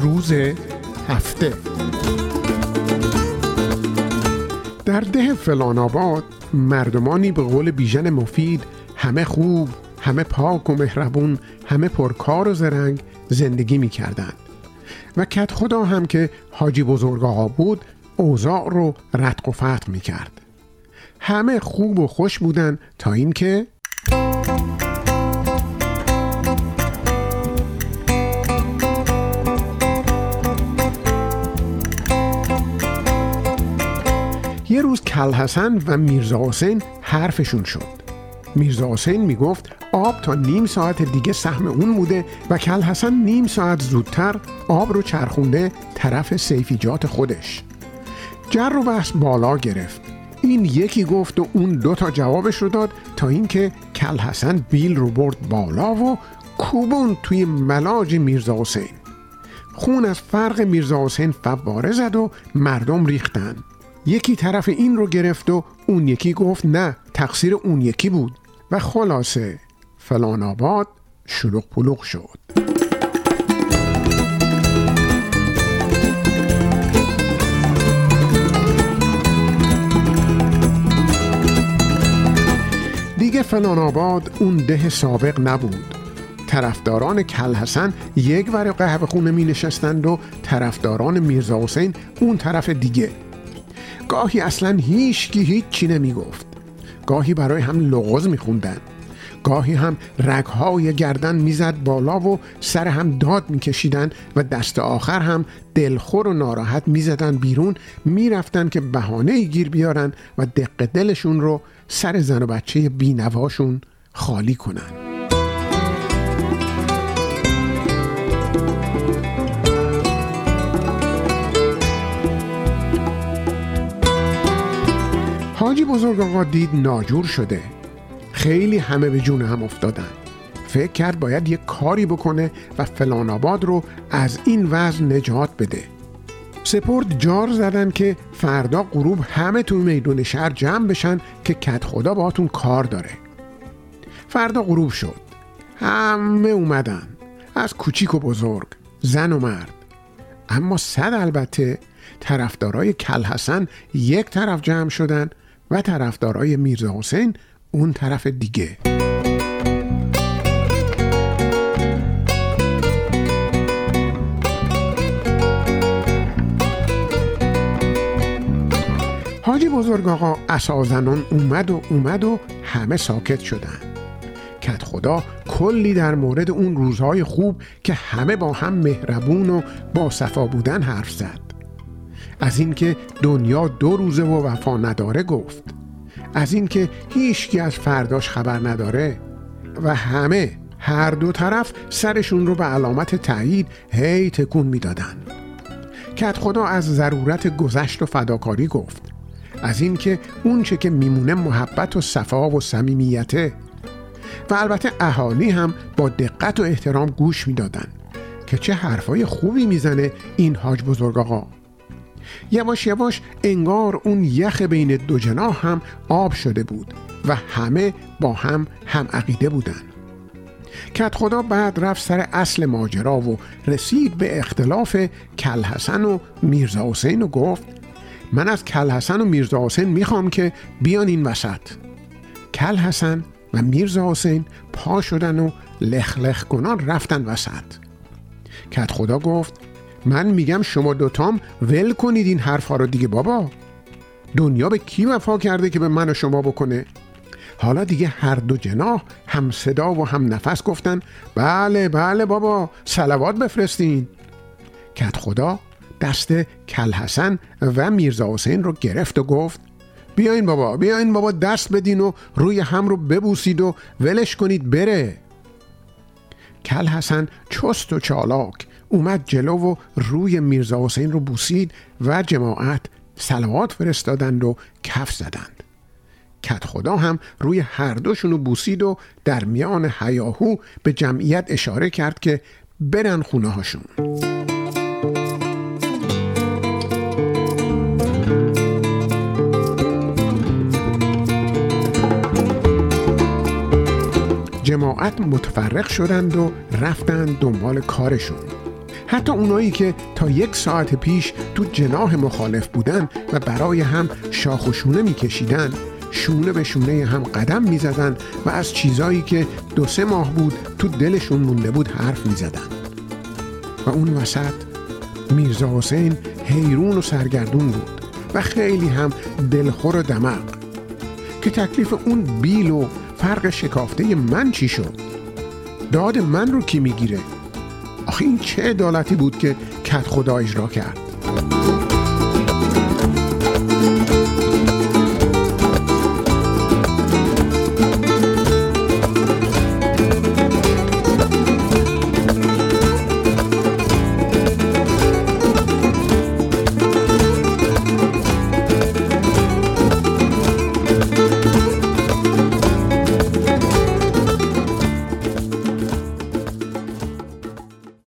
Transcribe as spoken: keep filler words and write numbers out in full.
روز هفته. در ده فلان آباد مردمانی به قول بیژن مفید همه خوب، همه پاک و مهربون، همه پرکار و زرنگ زندگی می کردند و کدخدا هم که حاجی بزرگ آقا بود اوضاع رو رتق و فتق می کرد. همه خوب و خوش بودن تا این که یه روز کلحسن و میرزا حسین حرفشون شد. میرزا حسین میگفت آب تا نیم ساعت دیگه سهم اون بوده و کلحسن نیم ساعت زودتر آب رو چرخونده طرف سیفیجات خودش. جر و بحث بالا گرفت. این یکی گفت و اون دوتا جوابش رو داد تا اینکه کلحسن بیل رو برد بالا و کوبون توی ملاج میرزا حسین. خون از فرق میرزا حسین فواره زد و مردم ریختن. یکی طرف این رو گرفت و اون یکی گفت نه تقصیر اون یکی بود و خلاصه فلان آباد شلوغ پلوغ شد. دیگه فلان آباد اون ده سابق نبود. طرفداران کلحسن یک ور قهوه خونه می نشستند و طرفداران میرزا حسین اون طرف دیگه. گاهی اصلا هیچکی هیچی نمی گفت. گاهی برای هم لغز می خوندن. گاهی هم رگهای گردن می زد بالا و سر هم داد می کشیدن و دست آخر هم دلخور و ناراحت می زدن بیرون، می رفتن که بهانه گیر بیارن و دق دلشون رو سر زن و بچه بی نواشون خالی کنن. حاجی بزرگ آقا دید ناجور شده. خیلی همه به جون هم افتادن. فکر کرد باید یک کاری بکنه و فلان آباد رو از این وضع نجات بده. سپرد جار زدن که فردا غروب همه توی میدون شهر جمع بشن که کدخدا باهاتون کار داره. فردا غروب شد. همه اومدن. از کوچیک و بزرگ، زن و مرد. اما صد البته طرفدارای کلحسن یک طرف جمع شدن و طرفدارای میرزا حسین اون طرف دیگه. حاجی بزرگ آقا عصازنان اومد و اومد و همه ساکت شدن. کدخدا کلی در مورد اون روزهای خوب که همه با هم مهربون و با صفا بودن حرف زد. از این که دنیا دو روزه و وفا نداره گفت. از این که هیچکی از فرداش خبر نداره و همه هر دو طرف سرشون رو به علامت تایید هی تکون میدادن. کدخدا از ضرورت گذشت و فداکاری گفت. از این که اون چه که میمونه محبت و صفا و صمیمیته. و البته اهالی هم با دقت و احترام گوش میدادن که چه حرفای خوبی میزنه این حاج بزرگ آقا. یواش یواش انگار اون یخ بین دو جناح هم آب شده بود و همه با هم هم عقیده بودن. کدخدا بعد رفت سر اصل ماجرا و رسید به اختلاف کلحسن و میرزا حسین و گفت من از کلحسن و میرزا حسین میخوام که بیان این وسط. کلحسن و میرزا حسین پا شدن و لخ لخ کنان رفتن وسط. کدخدا گفت من میگم شما دوتام ول کنید این حرفا رو دیگه بابا. دنیا به کی وفا کرده که به من و شما بکنه؟ حالا دیگه هر دو جناح هم صدا و هم نفس گفتن بله بله بابا صلوات بفرستین. کدخدا دست کلحسن و میرزا حسین رو گرفت و گفت بیاین بابا بیاین بابا دست بدین و روی هم رو ببوسید و ولش کنید بره. کلحسن چست و چالاک اومد جلو و روی میرزا حسین رو بوسید و جماعت صلوات فرستادند و کف زدند. کدخدا هم روی هر دوشون رو بوسید و در میان هیاهو به جمعیت اشاره کرد که برن خونه هاشون. جماعت متفرق شدند و رفتند دنبال کارشون. حتی اونایی که تا یک ساعت پیش تو جناح مخالف بودن و برای هم شاخ و شونه میکشیدن، شونه به شونه هم قدم میزدن و از چیزایی که دو سه ماه بود تو دلشون مونده بود حرف میزدن. و اون وسط میرزا حسین حیرون و سرگردون بود و خیلی هم دلخور و دماغ که تکلیف اون بیل و فرق شکافته من چی شد؟ داد من رو کی میگیره؟ آخه این چه عدالتی بود که کدخدا اجرا کرد؟